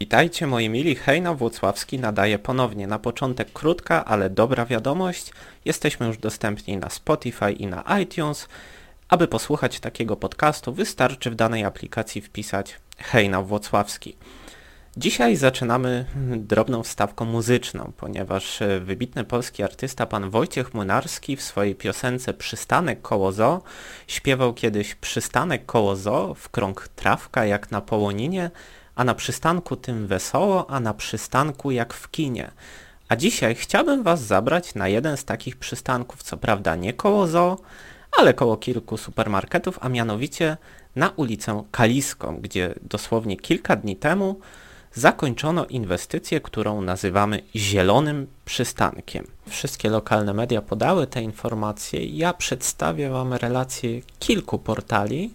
Witajcie moi mili, Hejno Włocławski nadaje ponownie. Na początek krótka, ale dobra wiadomość. Jesteśmy już dostępni na Spotify i na iTunes. Aby posłuchać takiego podcastu, wystarczy w danej aplikacji wpisać Hejno Włocławski. Dzisiaj zaczynamy drobną wstawką muzyczną, ponieważ wybitny polski artysta pan Wojciech Młynarski w swojej piosence Przystanek koło zoo śpiewał kiedyś: przystanek koło zoo, w krąg trawka jak na połoninie, a na przystanku tym wesoło, a na przystanku jak w kinie. A dzisiaj chciałbym was zabrać na jeden z takich przystanków, co prawda nie koło zoo, ale koło kilku supermarketów, a mianowicie na ulicę Kaliską, gdzie dosłownie kilka dni temu zakończono inwestycję, którą nazywamy Zielonym Przystankiem. Wszystkie lokalne media podały te informacje. Ja przedstawię wam relacje kilku portali,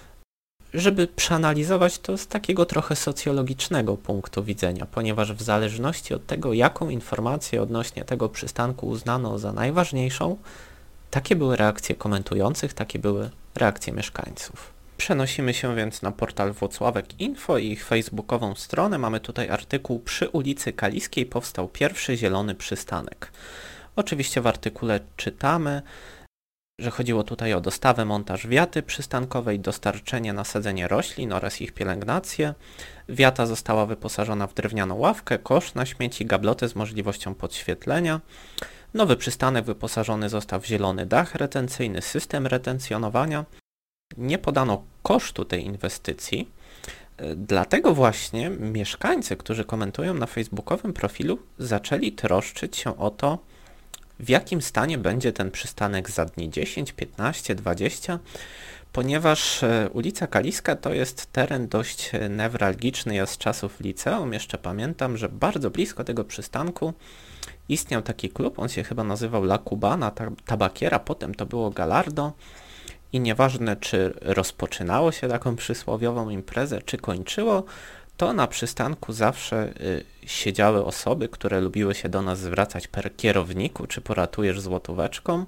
żeby przeanalizować to z takiego trochę socjologicznego punktu widzenia, ponieważ w zależności od tego, jaką informację odnośnie tego przystanku uznano za najważniejszą, takie były reakcje komentujących, takie były reakcje mieszkańców. Przenosimy się więc na portal Włocławek Info i ich facebookową stronę. Mamy tutaj artykuł: przy ulicy Kaliskiej powstał pierwszy zielony przystanek. Oczywiście w artykule czytamy, że chodziło tutaj o dostawę, montaż wiaty przystankowej, dostarczenie, nasadzenie roślin oraz ich pielęgnację. Wiata została wyposażona w drewnianą ławkę, kosz na śmieci, gablotę z możliwością podświetlenia. Nowy przystanek wyposażony został w zielony dach retencyjny, system retencjonowania. Nie podano kosztu tej inwestycji, dlatego właśnie mieszkańcy, którzy komentują na facebookowym profilu, zaczęli troszczyć się o to, w jakim stanie będzie ten przystanek za dni 10, 15, 20, ponieważ ulica Kaliska to jest teren dość newralgiczny. Ja z czasów liceum jeszcze pamiętam, że bardzo blisko tego przystanku istniał taki klub, on się chyba nazywał La Cubana, tabakiera, potem to było Galardo i nieważne, czy rozpoczynało się taką przysłowiową imprezę, czy kończyło, to na przystanku zawsze siedziały osoby, które lubiły się do nas zwracać per kierowniku, czy poratujesz złotóweczką.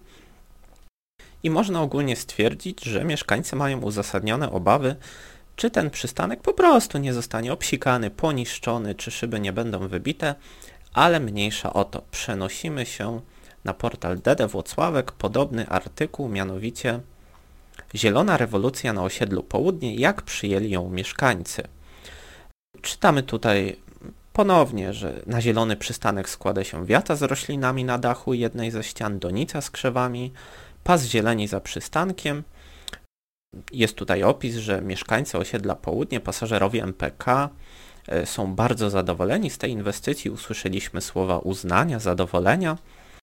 I można ogólnie stwierdzić, że mieszkańcy mają uzasadnione obawy, czy ten przystanek po prostu nie zostanie obsikany, poniszczony, czy szyby nie będą wybite, ale mniejsza o to. Przenosimy się na portal DD Włocławek, podobny artykuł, mianowicie Zielona rewolucja na osiedlu Południe, jak przyjęli ją mieszkańcy. Czytamy tutaj ponownie, że na zielony przystanek składa się wiata z roślinami na dachu jednej ze ścian, donica z krzewami, pas zieleni za przystankiem. Jest tutaj opis, że mieszkańcy osiedla Południe, pasażerowie MPK są bardzo zadowoleni z tej inwestycji. Usłyszeliśmy słowa uznania, zadowolenia.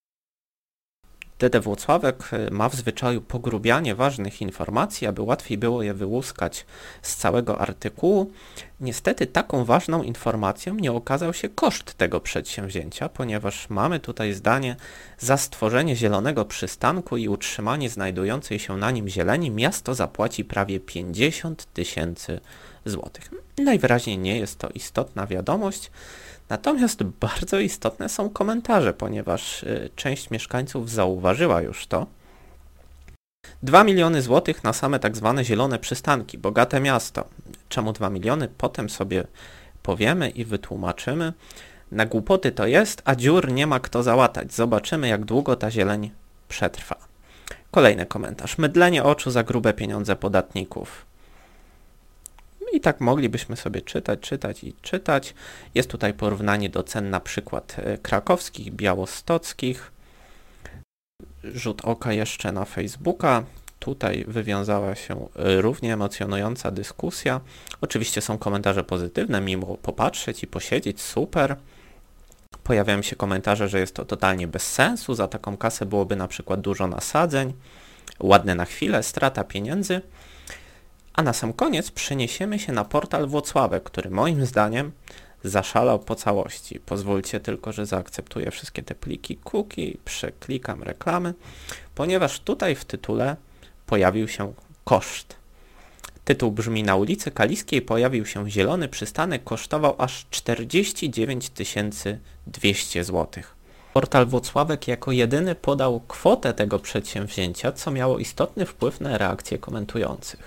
DD Włocławek ma w zwyczaju pogrubianie ważnych informacji, aby łatwiej było je wyłuskać z całego artykułu. Niestety taką ważną informacją nie okazał się koszt tego przedsięwzięcia, ponieważ mamy tutaj zdanie: za stworzenie zielonego przystanku i utrzymanie znajdującej się na nim zieleni miasto zapłaci prawie 50 000 złotych. Najwyraźniej nie jest to istotna wiadomość. Natomiast bardzo istotne są komentarze, ponieważ część mieszkańców zauważyła już to. 2 miliony złotych na same tak zwane zielone przystanki, bogate miasto. Czemu 2 miliony? Potem sobie powiemy i wytłumaczymy. Na głupoty to jest, a dziur nie ma kto załatać. Zobaczymy, jak długo ta zieleń przetrwa. Kolejny komentarz. Mydlenie oczu za grube pieniądze podatników. I tak moglibyśmy sobie czytać. Jest tutaj porównanie do cen na przykład krakowskich, białostockich. Rzut oka jeszcze na Facebooka. Tutaj wywiązała się równie emocjonująca dyskusja. Oczywiście są komentarze pozytywne, miło popatrzeć i posiedzieć, super. Pojawiają się komentarze, że jest to totalnie bez sensu, za taką kasę byłoby na przykład dużo nasadzeń, ładne na chwilę, strata pieniędzy. A na sam koniec przeniesiemy się na portal Włocławek, który moim zdaniem zaszalał po całości. Pozwólcie tylko, że zaakceptuję wszystkie te pliki cookie, przeklikam reklamy, ponieważ tutaj w tytule pojawił się koszt. Tytuł brzmi: na ulicy Kaliskiej pojawił się zielony przystanek, kosztował aż 49 200 zł. Portal Włocławek jako jedyny podał kwotę tego przedsięwzięcia, co miało istotny wpływ na reakcje komentujących.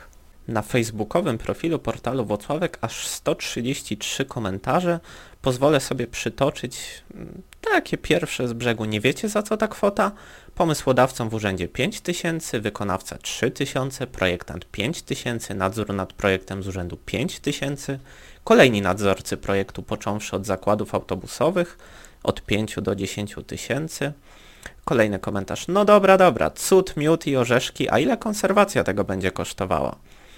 Na facebookowym profilu portalu Włocławek aż 133 komentarze. Pozwolę sobie przytoczyć takie pierwsze z brzegu. Nie wiecie, za co ta kwota? Pomysłodawcą w urzędzie 5000, wykonawca 3000, projektant 5000, nadzór nad projektem z urzędu 5000, kolejni nadzorcy projektu począwszy od zakładów autobusowych od 5 do 10 tysięcy. Kolejny komentarz. No dobra, cud, miód i orzeszki, a ile konserwacja tego będzie kosztowała?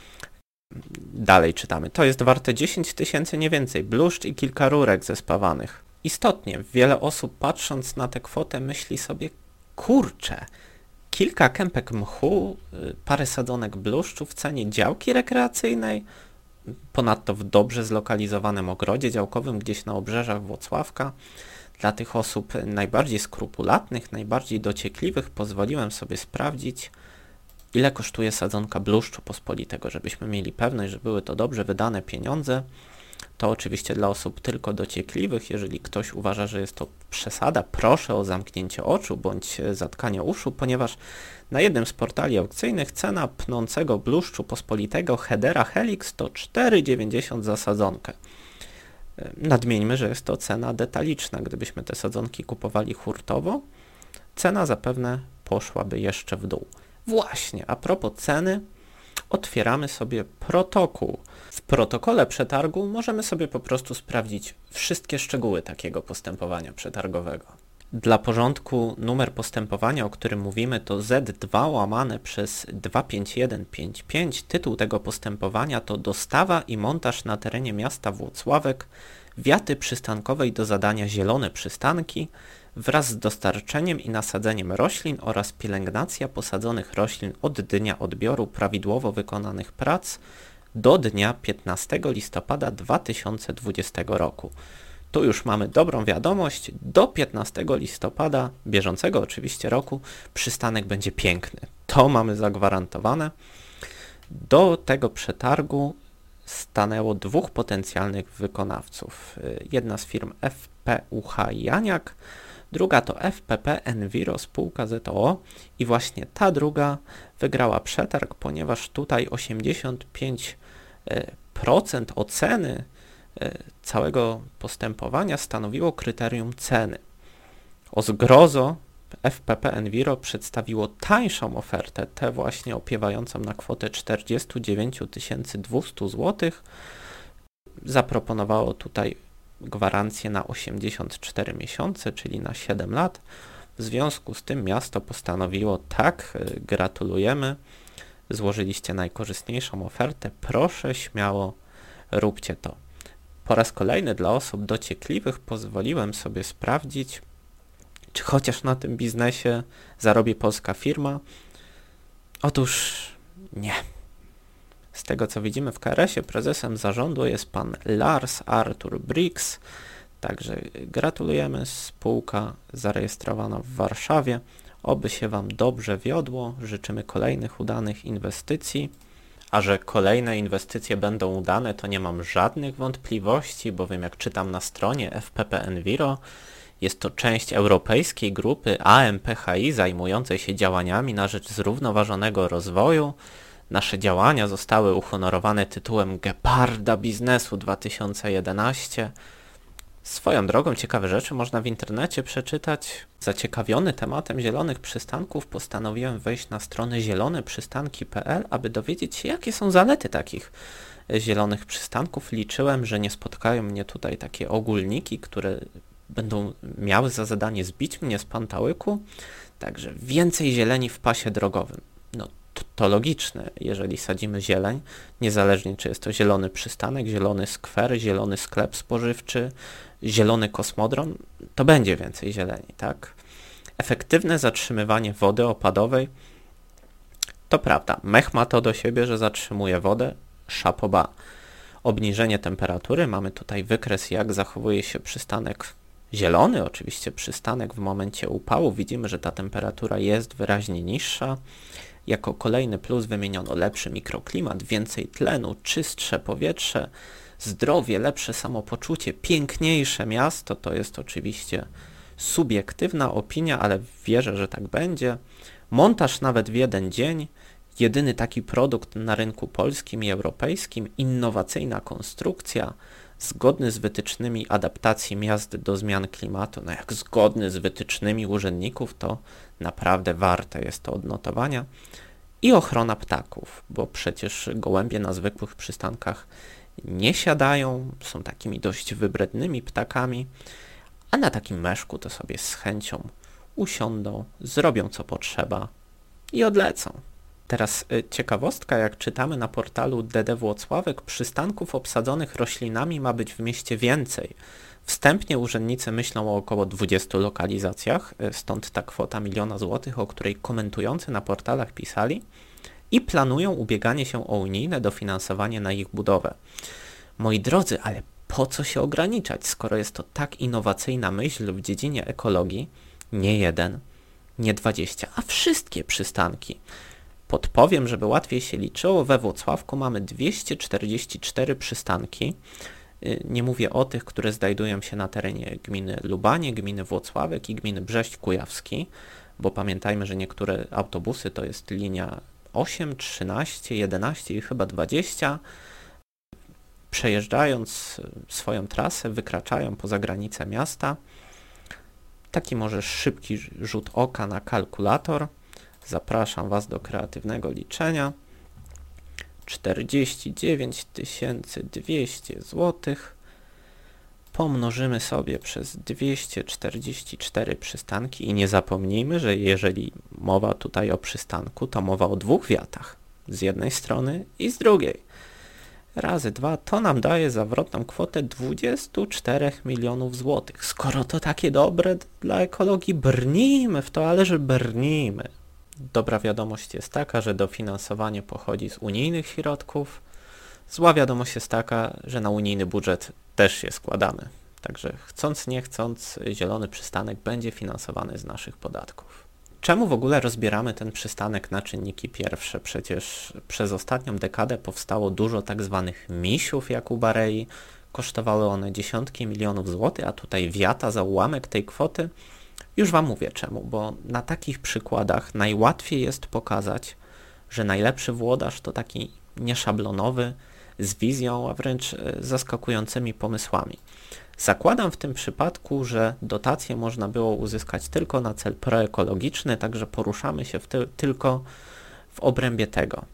Dalej czytamy. To jest warte 10 tysięcy, nie więcej. Bluszcz i kilka rurek zespawanych. Istotnie, wiele osób patrząc na tę kwotę myśli sobie, kurczę, kilka kępek mchu, parę sadzonek bluszczu w cenie działki rekreacyjnej, ponadto w dobrze zlokalizowanym ogrodzie działkowym gdzieś na obrzeżach Włocławka. Dla tych osób najbardziej skrupulatnych, najbardziej dociekliwych pozwoliłem sobie sprawdzić, ile kosztuje sadzonka bluszczu pospolitego, żebyśmy mieli pewność, że były to dobrze wydane pieniądze. To oczywiście dla osób tylko dociekliwych. Jeżeli ktoś uważa, że jest to przesada, proszę o zamknięcie oczu bądź zatkanie uszu, ponieważ na jednym z portali aukcyjnych cena pnącego bluszczu pospolitego Hedera Helix to 4,90 za sadzonkę. Nadmieńmy, że jest to cena detaliczna. Gdybyśmy te sadzonki kupowali hurtowo, cena zapewne poszłaby jeszcze w dół. Właśnie, a propos ceny, otwieramy sobie protokół. W protokole przetargu możemy sobie po prostu sprawdzić wszystkie szczegóły takiego postępowania przetargowego. Dla porządku numer postępowania, o którym mówimy, to Z2 łamane przez 25155. Tytuł tego postępowania to dostawa i montaż na terenie miasta Włocławek wiaty przystankowej do zadania Zielone Przystanki wraz z dostarczeniem i nasadzeniem roślin oraz pielęgnacja posadzonych roślin od dnia odbioru prawidłowo wykonanych prac do dnia 15 listopada 2020 roku. Tu już mamy dobrą wiadomość, do 15 listopada bieżącego oczywiście roku przystanek będzie piękny. To mamy zagwarantowane. Do tego przetargu stanęło dwóch potencjalnych wykonawców. Jedna z firm FPUH Janiak, druga to FPP Enviro spółka ZOO i właśnie ta druga wygrała przetarg, ponieważ tutaj 85% oceny całego postępowania stanowiło kryterium ceny. O zgrozo FPP Enviro przedstawiło tańszą ofertę, tę właśnie opiewającą na kwotę 49 200 zł. Zaproponowało tutaj gwarancję na 84 miesiące, czyli na 7 lat. W związku z tym miasto postanowiło, tak, gratulujemy, złożyliście najkorzystniejszą ofertę, proszę, śmiało róbcie to. Po raz kolejny dla osób dociekliwych pozwoliłem sobie sprawdzić, czy chociaż na tym biznesie zarobi polska firma. Otóż nie. Z tego co widzimy w KRS-ie, prezesem zarządu jest pan Lars Arthur Brix, także gratulujemy, spółka zarejestrowana w Warszawie. Oby się Wam dobrze wiodło, życzymy kolejnych udanych inwestycji. A że kolejne inwestycje będą udane, to nie mam żadnych wątpliwości, bowiem jak czytam na stronie FPP Enviro, jest to część europejskiej grupy AMPHI zajmującej się działaniami na rzecz zrównoważonego rozwoju. Nasze działania zostały uhonorowane tytułem Geparda Biznesu 2011. Swoją drogą ciekawe rzeczy można w internecie przeczytać. Zaciekawiony tematem zielonych przystanków postanowiłem wejść na stronę zieloneprzystanki.pl, aby dowiedzieć się, jakie są zalety takich zielonych przystanków. Liczyłem, że nie spotkają mnie tutaj takie ogólniki, które będą miały za zadanie zbić mnie z pantałyku. Także więcej zieleni w pasie drogowym. No to logiczne, jeżeli sadzimy zieleń, niezależnie czy jest to zielony przystanek, zielony skwer, zielony sklep spożywczy, zielony kosmodrom, to będzie więcej zieleni, tak? Efektywne zatrzymywanie wody opadowej, to prawda, mech ma to do siebie, że zatrzymuje wodę, chapeau bas. Obniżenie temperatury, mamy tutaj wykres, jak zachowuje się przystanek zielony, oczywiście przystanek w momencie upału, widzimy, że ta temperatura jest wyraźnie niższa. Jako kolejny plus wymieniono lepszy mikroklimat, więcej tlenu, czystsze powietrze, zdrowie, lepsze samopoczucie, piękniejsze miasto. To jest oczywiście subiektywna opinia, ale wierzę, że tak będzie. Montaż nawet w jeden dzień Jedyny taki produkt na rynku polskim i europejskim, innowacyjna konstrukcja, zgodny z wytycznymi adaptacji miast do zmian klimatu. No jak zgodny z wytycznymi urzędników, to naprawdę warte jest to odnotowania. I ochrona ptaków, bo przecież gołębie na zwykłych przystankach nie siadają, są takimi dość wybrednymi ptakami, a na takim meszku to sobie z chęcią usiądą, zrobią co potrzeba i odlecą. Teraz ciekawostka, jak czytamy na portalu DD Włocławek, przystanków obsadzonych roślinami ma być w mieście więcej. Wstępnie urzędnicy myślą o około 20 lokalizacjach, stąd ta kwota 1 000 000 złotych, o której komentujący na portalach pisali, i planują ubieganie się o unijne dofinansowanie na ich budowę. Moi drodzy, ale po co się ograniczać, skoro jest to tak innowacyjna myśl w dziedzinie ekologii? Nie 1, nie 20, a wszystkie przystanki. Podpowiem, żeby łatwiej się liczyło, we Włocławku mamy 244 przystanki. Nie mówię o tych, które znajdują się na terenie gminy Lubanie, gminy Włocławek i gminy Brześć Kujawski, bo pamiętajmy, że niektóre autobusy to jest linia 8, 13, 11 i chyba 20. Przejeżdżając swoją trasę, wykraczają poza granice miasta. Taki może szybki rzut oka na kalkulator. Zapraszam Was do kreatywnego liczenia. 49 200 zł pomnożymy sobie przez 244 przystanki i nie zapomnijmy, że jeżeli mowa tutaj o przystanku, to mowa o 2 wiatach. Z jednej strony i z drugiej. Razy 2 to nam daje zawrotną kwotę 24 milionów złotych. Skoro to takie dobre dla ekologii, brnijmy w to, ależ brnijmy. Dobra wiadomość jest taka, że dofinansowanie pochodzi z unijnych środków. Zła wiadomość jest taka, że na unijny budżet też się składamy. Także chcąc nie chcąc, zielony przystanek będzie finansowany z naszych podatków. Czemu w ogóle rozbieramy ten przystanek na czynniki pierwsze? Przecież przez ostatnią dekadę powstało dużo tak zwanych misiów jak u Barei. Kosztowały one dziesiątki milionów złotych, a tutaj wiata za ułamek tej kwoty. Już Wam mówię czemu, bo na takich przykładach najłatwiej jest pokazać, że najlepszy włodarz to taki nieszablonowy, z wizją, a wręcz zaskakującymi pomysłami. Zakładam w tym przypadku, że dotacje można było uzyskać tylko na cel proekologiczny, także poruszamy się tylko w obrębie tego.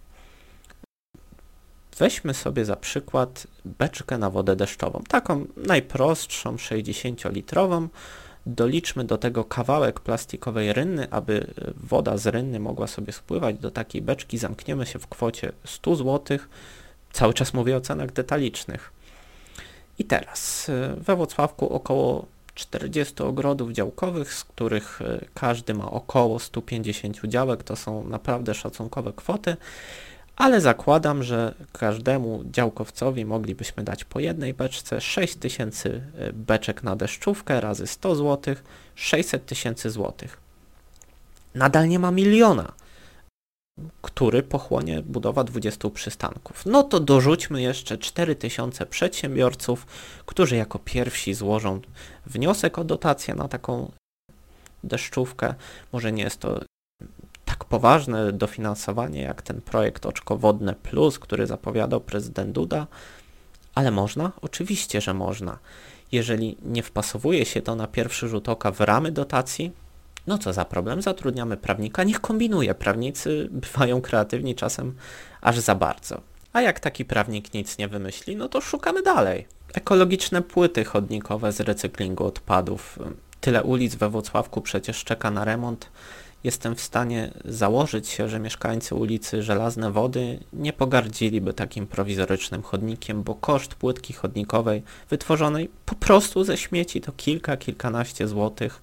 Weźmy sobie za przykład beczkę na wodę deszczową, taką najprostszą, 60-litrową. Doliczmy do tego kawałek plastikowej rynny, aby woda z rynny mogła sobie spływać do takiej beczki. Zamkniemy się w kwocie 100 zł. Cały czas mówię o cenach detalicznych. I teraz we Włocławku około 40 ogrodów działkowych, z których każdy ma około 150 działek. To są naprawdę szacunkowe kwoty, ale zakładam, że każdemu działkowcowi moglibyśmy dać po jednej beczce. 6000 beczek na deszczówkę razy 100 zł, 600 000 złotych. Nadal nie ma miliona, który pochłonie budowa 20 przystanków. No to dorzućmy jeszcze 4000 przedsiębiorców, którzy jako pierwsi złożą wniosek o dotację na taką deszczówkę. Może nie jest to tak poważne dofinansowanie jak ten projekt Oczko Wodne Plus, który zapowiadał prezydent Duda, ale można? Oczywiście, że można. Jeżeli nie wpasowuje się to na pierwszy rzut oka w ramy dotacji, no co za problem, zatrudniamy prawnika, niech kombinuje. Prawnicy bywają kreatywni czasem aż za bardzo. A jak taki prawnik nic nie wymyśli, no to szukamy dalej. Ekologiczne płyty chodnikowe z recyklingu odpadów. Tyle ulic we Włocławku przecież czeka na remont. Jestem w stanie założyć się, że mieszkańcy ulicy Żelazne Wody nie pogardziliby takim prowizorycznym chodnikiem, bo koszt płytki chodnikowej wytworzonej po prostu ze śmieci to kilkanaście złotych.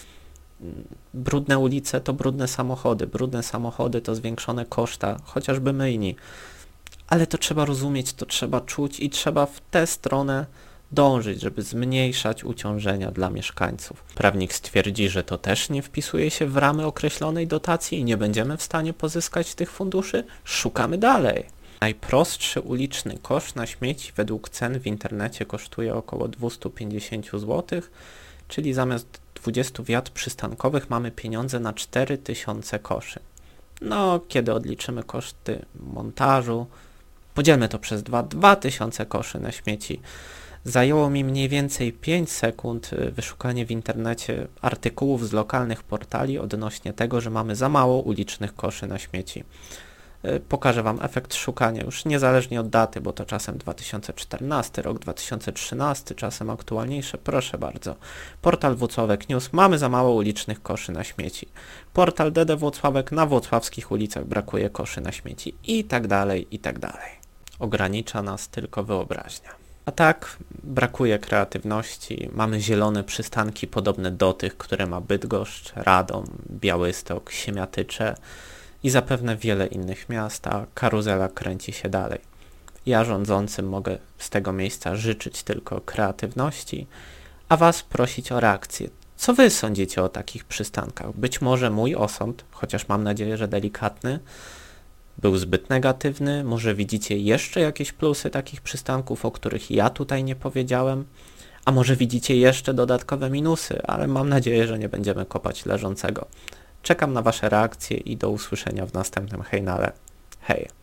Brudne ulice to brudne samochody to zwiększone koszta, chociażby myjni. Ale to trzeba rozumieć, to trzeba czuć i trzeba w tę stronę dążyć, żeby zmniejszać uciążenia dla mieszkańców. Prawnik stwierdzi, że to też nie wpisuje się w ramy określonej dotacji i nie będziemy w stanie pozyskać tych funduszy. Szukamy dalej. Najprostszy uliczny kosz na śmieci według cen w internecie kosztuje około 250 zł, czyli zamiast 20 wiat przystankowych mamy pieniądze na 4000 koszy. No, kiedy odliczymy koszty montażu, podzielmy to przez 2000 koszy na śmieci. Zajęło mi mniej więcej 5 sekund wyszukanie w internecie artykułów z lokalnych portali odnośnie tego, że mamy za mało ulicznych koszy na śmieci. Pokażę Wam efekt szukania już niezależnie od daty, bo to czasem 2014, rok 2013, czasem aktualniejsze, proszę bardzo. Portal Włocławek News, mamy za mało ulicznych koszy na śmieci. Portal DD Włocławek, na włocławskich ulicach brakuje koszy na śmieci i tak dalej, i tak dalej. Ogranicza nas tylko wyobraźnia. A tak, brakuje kreatywności, mamy zielone przystanki podobne do tych, które ma Bydgoszcz, Radom, Białystok, Siemiatycze i zapewne wiele innych miast, a karuzela kręci się dalej. Ja rządzącym mogę z tego miejsca życzyć tylko kreatywności, a Was prosić o reakcję. Co Wy sądzicie o takich przystankach? Być może mój osąd, chociaż mam nadzieję, że delikatny, był zbyt negatywny, może widzicie jeszcze jakieś plusy takich przystanków, o których ja tutaj nie powiedziałem, a może widzicie jeszcze dodatkowe minusy, ale mam nadzieję, że nie będziemy kopać leżącego. Czekam na Wasze reakcje i do usłyszenia w następnym hejnale. Hej!